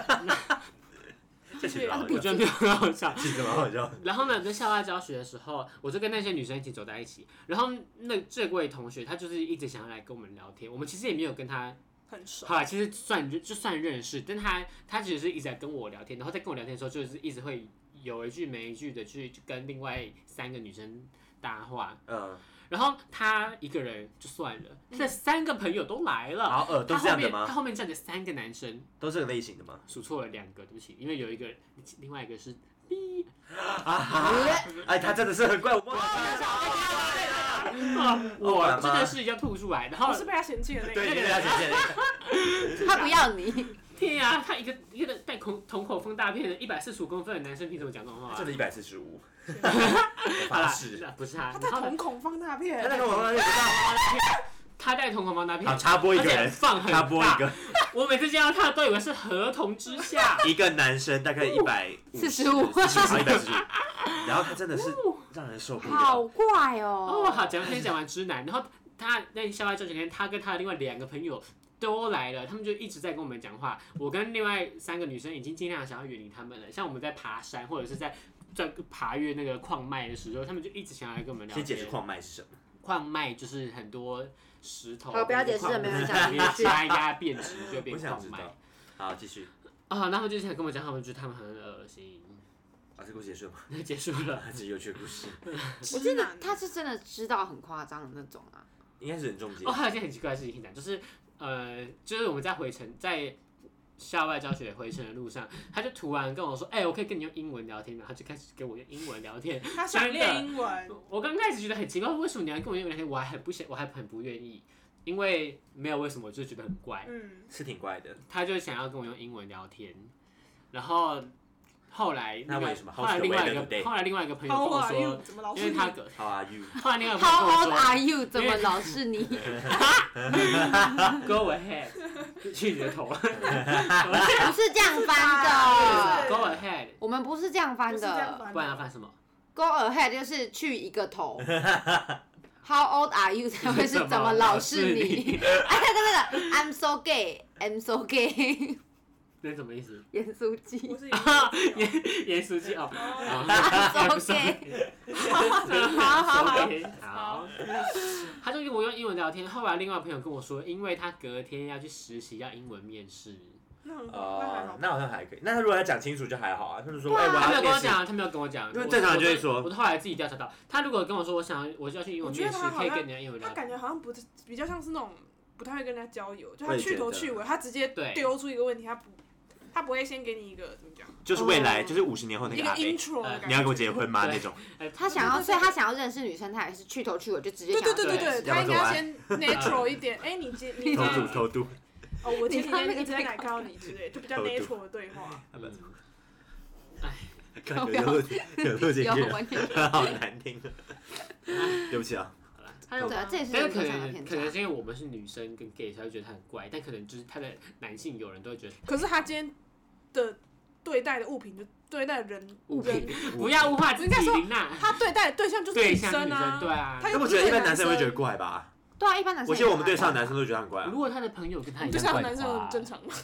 这其实我觉得没有很好笑， 其实蛮好笑。 然后呢，在校外教学的时候，我就跟那些女生一起走在一起。然后那这位同学他就是一直想要来跟我们聊天，我们其实也没有跟他很熟。 好啦，其实算就算认识，但他他其实是一直在跟我聊天，然后在跟我聊天的时候，就是一直会有一句没一句的去跟另外三个女生搭话， 嗯， 然后他一个人就算了，他的三个朋友都来了， 好恶，都是这样的吗？ 他后面站着三个男生， 都这个类型的吗？ 数错了两个，对不起，因为有一个，另外一个是 B， 啊，哎，他真的是很怪，我忘了。 我真的是要吐出来，然后我是被他嫌弃的那个， 对，你被他嫌弃的那个，他不要你。 天啊，他一个一个带瞳瞳孔放大片的一百四十五公分的男生，凭什么讲这种话？ 真的一百四十五。 好啦，不是他， 他戴瞳孔放大片， 他戴瞳孔放大片， 他戴瞳孔放大片， 好，插播一个人， 放很插播一个。 我每次见到他都以为是合同之下， 一个男生大概一百四十五， 好一百四十五，然后他真的是让人受不了， 好怪哦。 哦，好，讲先讲完直男，然后他那校外教学天，他跟他的另外两个朋友都来了，他们就一直在跟我们讲话。我跟另外三个女生已经尽量想要远离他们了，像我们在爬山或者是在在爬越那个矿脉的时候，他们就一直想要来跟我们聊天。 先解释矿脉是什么？ 矿脉就是很多石头， 好，不要解释了，没人想继续。 加压变质就变矿脉。 好，继续。 啊，然后就想跟我讲，他们觉得他们很恶心。 啊，这故事结束了吗？ 那结束了。 这是有趣的故事。 我记得他是真的知道很夸张的那种啊。 应该是很中间。 哦，还有一件很奇怪的事情可以讲，就是呃，就是我们在回程在校外教学回程的路上，他就突然跟我说：“哎、欸，我可以跟你用英文聊天吗？”他就开始跟我用英文聊天。 他想练英文。 我刚开始觉得很奇怪，为什么你要跟我用英文聊天？我还很不想，我还很不愿意，因为没有为什么，我就觉得很怪。 嗯， 是挺怪的。 他就想要跟我用英文聊天，然后后来那为什么？ 后来另外一个后来另外一个朋友跟我说，因为他 ，How are you？ 后来另外一个朋友跟我说 ，How old are you？ 怎么老是你 ？Go ahead， 去你的头。 不是这样翻的。 Go ahead， 我们不是这样翻的， 不然要翻什么 ？Go ahead 就是去一个头。How old are you 才会是怎么老是你？哎，那个那个 ，I'm so gay，I'm so gay。 那什么意思？ 盐酥鸡。 盐盐酥鸡哦。 I'm so gay。好好好。 好。他就跟我用英文聊天，后来另外朋友跟我说，因为他隔天要去实习，要英文面试。 哦，那好像还可以。那他如果要讲清楚就还好啊。他就说，哎， 他没有跟我讲，他没有跟我讲。 因为正常人就会说。 我后来自己调查到，他如果跟我说，我想我要去英文面试，可以跟人家英文聊天。 他感觉好像不比较像是那种不太会跟人家交友，就他去头去尾，他直接丢出一个问题，他不他不会先给你一个怎么讲？ 就是未来，就是五十年后那个阿伯，你要跟我结婚吗？那种。 他想要，所以他想要认识女生，他也是去头去尾就直接想。 对对对对对，他应该先 natural 一点。哎，你接你偷渡偷渡。 哦，我前几天一直在奶看到你之类，就比较 natural 的对话。 哎， 有有有录进去，好难听。对不起啊。 对啊，这也是但可能可能是因为我们是女生跟 gay， 才会觉得他很怪，但可能就是他的男性友人都会觉得。 可是他今天的对待的物品，就对待的人物品，不要物化自己，林娜。 他对待的对象就是女生啊， 对啊。 但我觉得一般男生会觉得怪吧？ 对啊，一般男生。 我记得我们队上的男生都觉得很怪。 如果他的朋友跟他一样怪， 队上的男生很正常吗？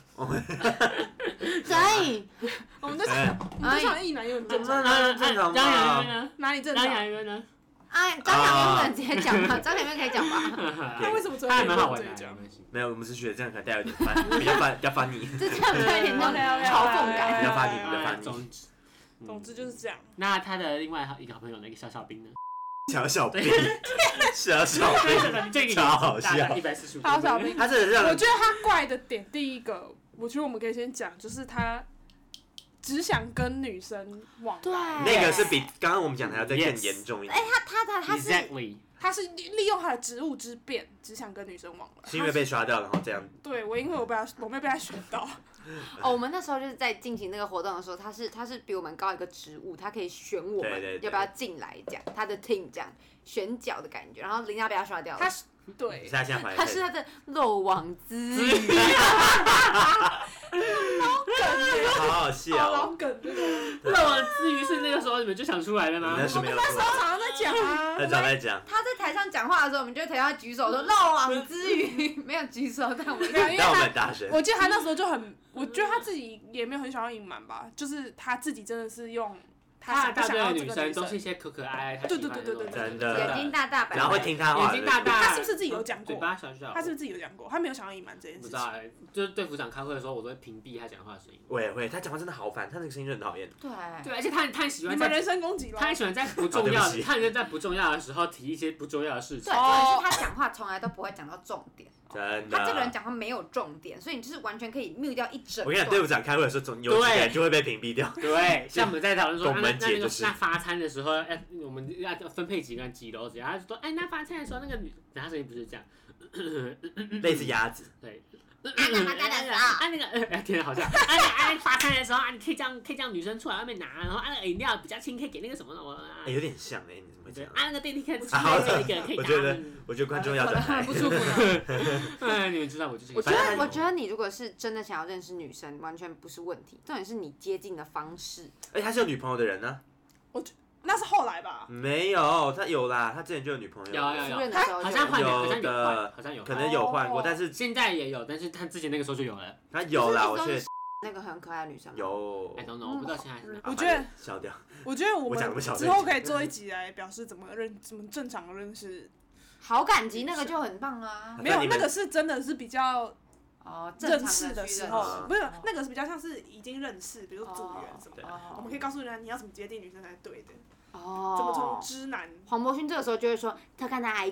对， 我们队上我们队上的异男也很正常。 正常张雅约呢？ 哪里正常？ 张雅约呢？ 哎，张小妹不能直接讲吗？张小妹可以讲吧？ 他为什么昨天还蛮好玩的？ 没有，我们是觉得这样可能带有点翻，比较翻，比较翻你。 就这样带有点那种嘲讽感。 比较翻你，比较翻你。 总之， 总之就是这样。 那他的另外一个好朋友那个小小兵呢？ 小小兵，小小兵， 这个超好笑。 一百四十五。 小小兵， 他真的让我觉得他怪的点，第一个，我觉得我们可以先讲，就是他。只想跟女生往来， 那个是比刚刚我们讲的还要再更严重一点。 哎，他他他他是他是利用他的职务之便，只想跟女生往来。 是因为被刷掉，然后这样。 对，我因为我被他，我没有被他选到。 哦，我们那时候就是在进行那个活动的时候，他是他是比我们高一个职务，他可以选我们要不要进来，这样他的 team 这样选角的感觉，然后林娜被他刷掉了。 他是对， 他现在他是他的漏网之鱼。 老梗， 好好笑， 老梗， 漏网之鱼是那个时候你们就想出来的吗？ 那是没有， 那时候常常在讲啊， 很常在讲。 他在台上讲话的时候，我们就会台上举手说漏网之鱼，没有举手，但我们没有，因为他很大声。 我记得他那时候就很，我觉得他自己也没有很想要隐瞒吧，就是他自己真的是用他大队的女生都是一些可可爱爱， 对对对对对， 真的， 眼睛大大， 然后会听他话， 眼睛大大， 他是不是自己有讲过？ 嘴巴小小， 他是不是自己有讲过？他没有想要隐瞒这件事情。 不知道哎，就是对副长开会的时候，我都会屏蔽他讲话的声音。 我也会，他讲话真的好烦，他那个声音很讨厌。 对对，而且他他很喜欢你们人身攻击了， 他很喜欢在不重要，他很喜欢在不重要的时候提一些不重要的事情。 对，但是他讲话从来都不会讲到重点。 真的， 他这个人讲话没有重点，所以你就是完全可以 mute 掉一整。 我跟你讲，队伍长开会的时候，总有几个人就会被屏蔽掉。 对，像我们在讨论说，那那那那发餐的时候，哎，我们要分配几个人几楼这样，他就说，哎，那发餐的时候那个女，他声音不是这样， 类似鸭子。 对。 啊那个，哎，天啊，好像，啊啊发餐的时候啊，你可以叫可以叫女生出来外面拿，然后啊那个饮料比较轻，可以给那个什么什么。 哎，有点像哎，你怎么会这样？ 啊那个电梯可以出来这一个可以拿。 我觉得，我觉得观众要转台。 不舒服了。 哎，你们知道我就是。 我觉得，我觉得你如果是真的想要认识女生，完全不是问题，重点是你接近的方式。 而且他是有女朋友的人呢。 我觉那是后来吧？ 没有，他有啦，他之前就有女朋友。 有有有， 他好像换有的，好像有， 可能有换过，但是现在也有，但是他之前那个时候就有了。 他有啦，我确实。 那个很可爱的女生。 有。 I don't know，我不知道现在是。 我觉得。 消掉。 我觉得我们之后可以做一集来表示怎么认怎么正常认识。 好感激那个就很棒啊。 没有，那个是真的是比较。 哦， 认识的时候，不是那个是比较像是已经认识，比如组员什么的，我们可以告诉人家你要怎么接近女生才是对的。 哦。 怎么从直男？ 黄博勋这个时候就会说，他看他 I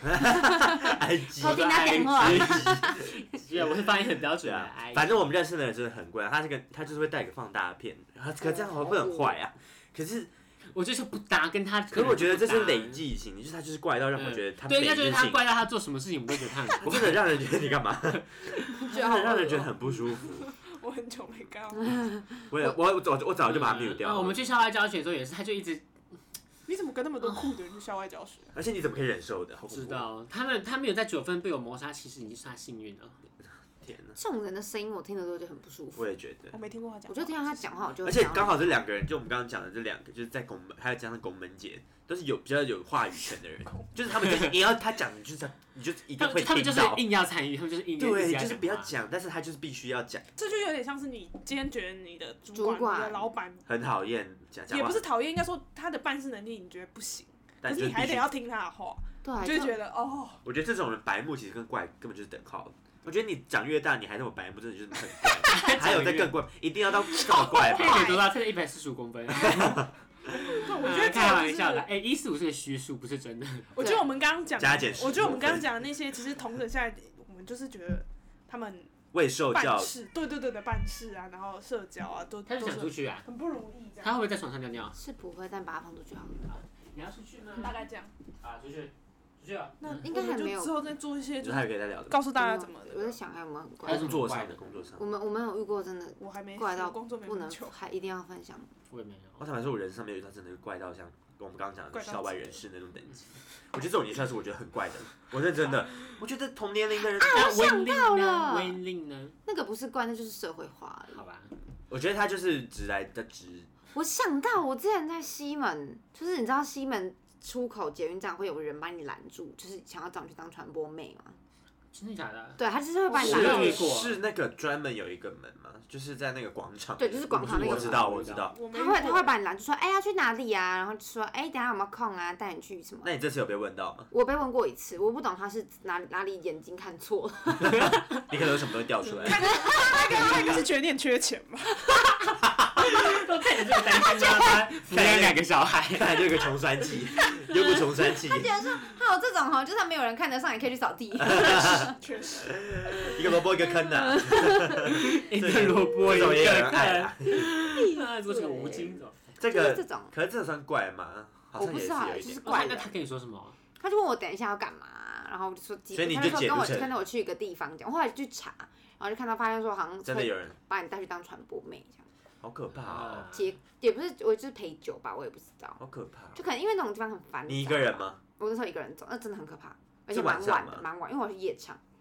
G，I G， 偷听他讲话。 对，我会发现很标准的。 反正我们认识的人真的很贵，他这个他就是会带个放大片，可这样会不会很坏啊？可是。 我就是不搭跟他， 可是我觉得这是累积型，就是他就是怪到让我觉得他每对，他觉得他怪到他做什么事情，我们都觉得他很怪， 真的让人觉得你干嘛？真的让人觉得很不舒服。 我很久没干了。 我也我我我早就把他 mute 掉了。 我们去校外教学的时候也是，他就一直。 你怎么跟那么多酷的人去校外教学？ 而且你怎么可以忍受的？ 知道他们他没有在九分被我谋杀，其实已经是他幸运了。 天哪！ 这种人的声音我听的时候就很不舒服。 我也觉得。 我没听过他讲。 我就听到他讲话，我就。 而且刚好这两个人，就我们刚刚讲的这两个，就是在拱门，还有加上拱门姐，都是有比较有话语权的人，就是他们就是你要他讲，你就是你就一定会听到。 他们就是硬要参与，他们就是硬要。 对，就是不要讲，但是他就是必须要讲。 这就有点像是你今天觉得你的主管、你的老板很讨厌讲讲话， 也不是讨厌，应该说他的办事能力你觉得不行，可是你还得要听他的话， 对， 就会觉得哦。 我觉得这种人白目其实跟怪根本就是等号。我觉得你长越大，你还那么白目，真的就是很怪。还有在更怪，一定要到这么怪。 可以多大？才一百四十五公分。 我觉得开玩笑的，哎，一四五是个虚数，不是真的。 我觉得我们刚刚讲， 加减， 我觉得我们刚刚讲的那些，其实同等下来，我们就是觉得他们未受教， 对对对的办事啊，然后社交啊，都他是想出去啊， 很不容易这样。 他会不会在床上尿尿？ 是不会，但把他放出去好了。 你要出去吗？ 大概这样。 啊，出去。 那应该还没有。 之后再做一些， 就还有可以再聊的。 告诉大家怎么的。 我在想还有没有很怪。 工作上的工作上。 我们我们有遇过真的。 我还没。 怪到工作不能还一定要分享。 我也没有。 我坦白说，我人生上面有遇到真的怪到像我们刚刚讲的校外人士那种等级。我觉得这种也算是我觉得很怪的。我认真的，我觉得同年龄的人。 啊，我想到了。 威令呢？ 那个不是怪，那就是社会化而已。 好吧。 我觉得他就是直来的直。 我想到我之前在西门，就是你知道西门。出口捷运站会有人把你拦住，就是想要找你去当传播妹嘛？ 真的假的？ 对，他就是会把你拦住。是那个专门有一个门吗？就是在那个广场。 对，就是广场那个。 我知道，我知道。 他会他会把你拦住，说：“哎、欸，要去哪里啊？”然后就说：“哎、欸，等下有没有空啊？带你去什么？” 那你这次有被问到吗？ 我被问过一次，我不懂他是哪哪里眼睛看错了。 你可能有什么东西掉出来？ 他应该是觉得你很缺钱吧？ 都看着这个担心妈妈抚养两个小孩， 看来就有个穷酸气，有股穷酸气。 他竟然说，还有这种哈，就算没有人看得上，也可以去扫地。 确实， 一个萝卜一个坑呐， 一个萝卜一个坑。 啊， 这个无精的。 这个， 这种， 可是这算怪吗？ 我不知道，就是怪。 那他跟你说什么？ 他就问我等一下要干嘛，然后我就说， 所以你就他就说跟我跟着我去一个地方讲，我后来去查，然后就看到发现说好像真的有人把你带去当传播妹这样。 好可怕哦！ 也也不是，我就是陪酒吧，我也不知道。 好可怕！ 就可能因为那种地方很烦。 你一个人吗？ 我那时候一个人走，那真的很可怕，而且蛮晚的，蛮晚，因为我是夜场。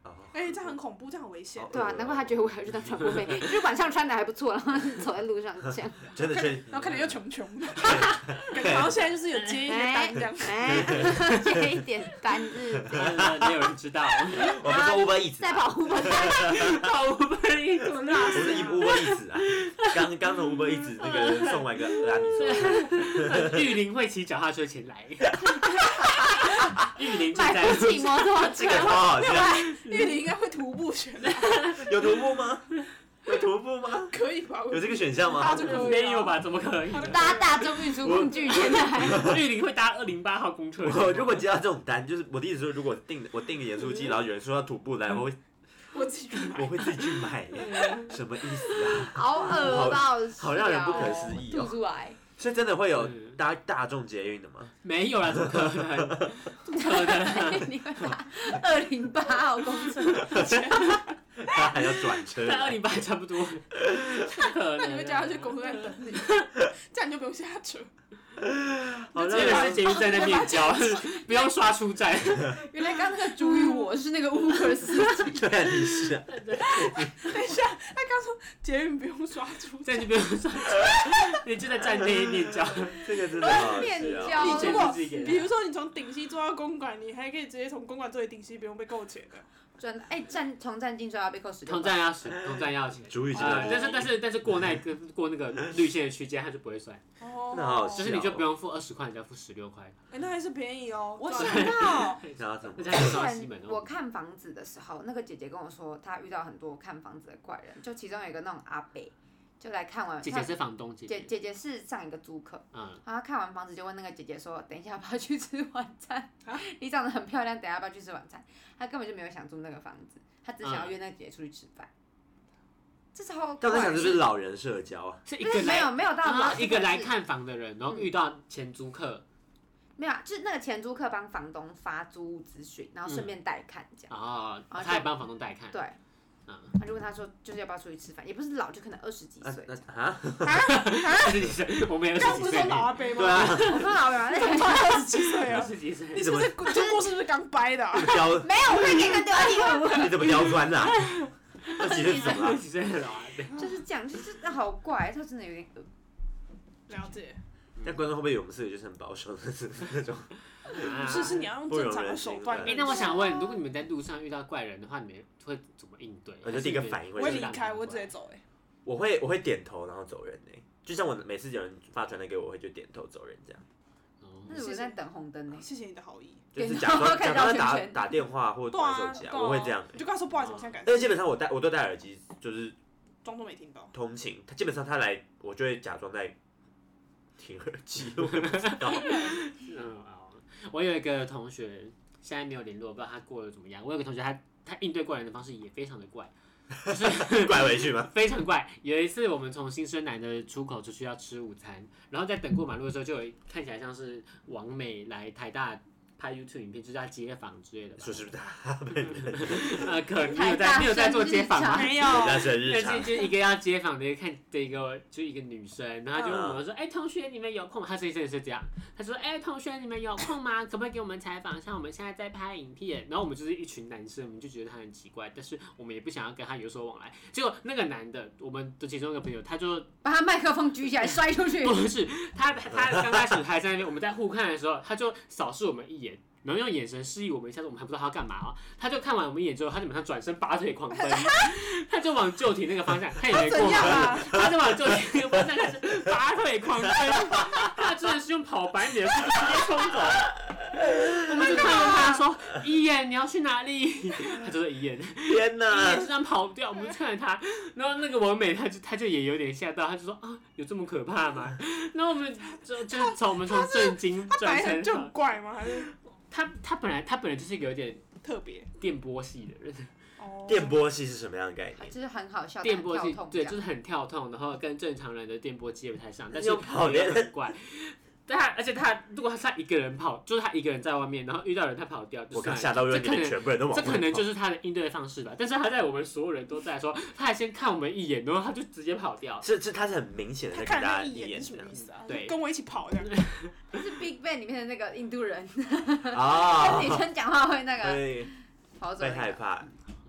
哎，这样很恐怖，这样很危险。 对啊，难怪他觉得我还是当传播妹，就是晚上穿的还不错，然后走在路上这样。 真的是， 然后看起来又穷穷的，感觉好像现在就是有接一些单这样。 哎，接一点单日子， 没有人知道。 我们做 Uber Eats， 在跑 Uber Eats， 跑 Uber Eats， 我是 Uber Eats 啊，刚刚从 Uber Eats 那个送完个拉米索。 玉林会骑脚踏车前来。玉林就在买不起摩托车， 这个超好笑。 玉林应该会徒步选， 有徒步吗？有徒步吗？ 可以吧？ 有这个选项吗？ 没有吧？怎么可以？ 搭大众运输工具前来。 玉林会搭二零八号公车。 我如果接到这种单，就是我的意思说，如果订我订个演出机，然后有人说要徒步来，我会我自己去买， 我会自己去买，什么意思啊？ 好恶到， 好让人不可思议哦。 吐出来。 所以真的会有搭大众捷运的吗？ 没有啦，怎么可能？怎么可能？ 你会搭二零八号公车？ 他还要转车？ 但二零八差不多。可能？ 那你会叫他去公车站等你，这样你就不用下车。 好这个是捷运站在面交，不用刷出站。 原来刚刚那个主语我是那个 Uber 司机。 对啊，你是。 等一下，他刚说捷运不用刷出站， 站就不用刷出，你就在站内面交。 这个真的好面交。 你如果比如说你从顶溪坐到公馆，你还可以直接从公馆坐回顶溪，不用被扣钱的。 真的，哎，站从站进出要被扣十六。 从站要十，从站要钱。 主语真的，但是但是但是过那个过那个绿线的区间，它就不会算。 哦。 那好笑。 就是你就不用付二十块，你就要付十六块。 哎，那还是便宜哦。 我想到， 之前我看房子的时候，那个姐姐跟我说，她遇到很多看房子的怪人，就其中有一个那种阿伯。就来看完， 姐姐是房东姐姐，姐姐是上一个租客， 嗯， 然后看完房子就问那个姐姐说，等一下要不要去吃晚餐？你长得很漂亮，等一下要不要去吃晚餐？他根本就没有想租那个房子，他只想要约那个姐姐出去吃饭。这超怪。 刚才想是不是老人社交啊？ 是一个没有没有到老一个来看房的人，然后遇到前租客。 没有啊，就是那个前租客帮房东发租屋资讯，然后顺便带看这样。 哦，他也帮房东带看。 对。 嗯， 他就问他说，就是要不要出去吃饭？也不是老，就可能二十几岁。 啊？ 二十几岁，我们二十几岁。 刚不是说老阿伯吗？ 对啊， 我说老人， 那他二十几岁啊？ 二十几岁。 你是不是中国是不是刚掰的？ 刁没有，我会给他丢礼物。 你怎么刁钻啊？二十几岁怎么二十几岁的老阿伯。 就是这样，就是那好怪，他真的有点恶。 了解。 但观众会不会以为我们四个就是很保守的那种？ 不是，是你要用正常的手段。 哎，那我想问，如果你们在路上遇到怪人的话，你们会怎么应对？ 我就第一个反应会我会离开，我会直接走。哎， 我会我会点头然后走人哎，就像我每次有人发传单给我，我会就点头走人这样。 那是我在等红灯呢。 谢谢你的好意。 就是假装假装打打电话或玩手机啊，我会这样。 就跟他说不好意思，我现在赶。 但是基本上我戴我都戴耳机，就是装作没听到。 通勤，他基本上他来，我就会假装在听耳机，我也不知道。 嗯，我有一个同学，现在没有联络，不知道他过得怎么样。我有个同学他，他他应对怪人的方式也非常的怪， 就是怪回去吗？ 非常怪。有一次我们从新生南的出口出去要吃午餐，然后在等过马路的时候，就有看起来像是王美来台大拍 YouTube 影片，就是要街访之类的。 说是不是他本人？ 呃，可能没有在没有在做街访吗？ 没有， 那是日常。 就是一个要街访的看的一个，就一个女生，然后就问我们说：“哎、欸，同学，你们有空吗？”她声音真的是这样，她说：“哎、欸，同学，你们有空吗？可不可以给我们采访？像我们现在在拍影片。”然后我们就是一群男生，我们就觉得他很奇怪，但是我们也不想要跟他有所往来。结果那个男的，我们的其中一个朋友，他就把他麦克风举起来摔出去。 不是他，他刚开始还在那边，我们在互看的时候，他就扫视我们一眼。然后用眼神示意我们一下，我们还不知道他要干嘛哦。他就看完我们一眼之后，他就马上转身拔腿狂奔，他就往旧体那个方向，他也没过门， 啊、 他就往旧体那个方向开始拔腿狂奔，他真的是用跑百米的速度直接冲走。我们就看着他说：“一眼，你要去哪里？”他就说：“一眼。” 天哪！ 一眼就这样跑掉，我们就看着他，然后那个王美，他就他就也有点吓到，他就说：“啊，有这么可怕吗？”然后我们就就是从我们从震惊转成就很怪吗？还是？ 他他本来他本来就是一个有点特别电波系的人。 哦。 电波系是什么样的概念？ 就是很好笑。 电波系对，就是很跳痛，然后跟正常人的电波接不太上，但是跑也很怪。但他而且他如果他一个人跑，就是他一个人在外面，然后遇到人他跑掉， 我刚吓到，这可能全部人都往这可能就是他的应对方式吧。但是他在我们所有人都在说，他还先看我们一眼，然后他就直接跑掉。 是是，他是很明显的在看大家一眼， 是什么意思啊？ 对， 跟我一起跑这样。 他是 Big Bang 里面的那个印度人， 啊， 跟女生讲话会那个跑走，会害怕。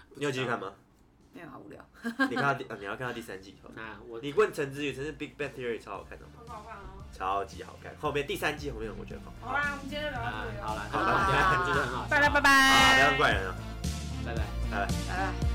你有继续看吗？ 没有，好无聊。 你看到第、啊，你要看到第三季头。 啊，我你问陈子宇，陈是《Big Bang Theory》超好看的。 很好看啊。 超级好看，后面第三季后面我觉得好。 好啦，我们今天就聊到这里了。 好了， 好了， 我觉得很好。 拜拜拜拜。 啊，不要怪人啊。 拜拜， 拜拜， 拜拜。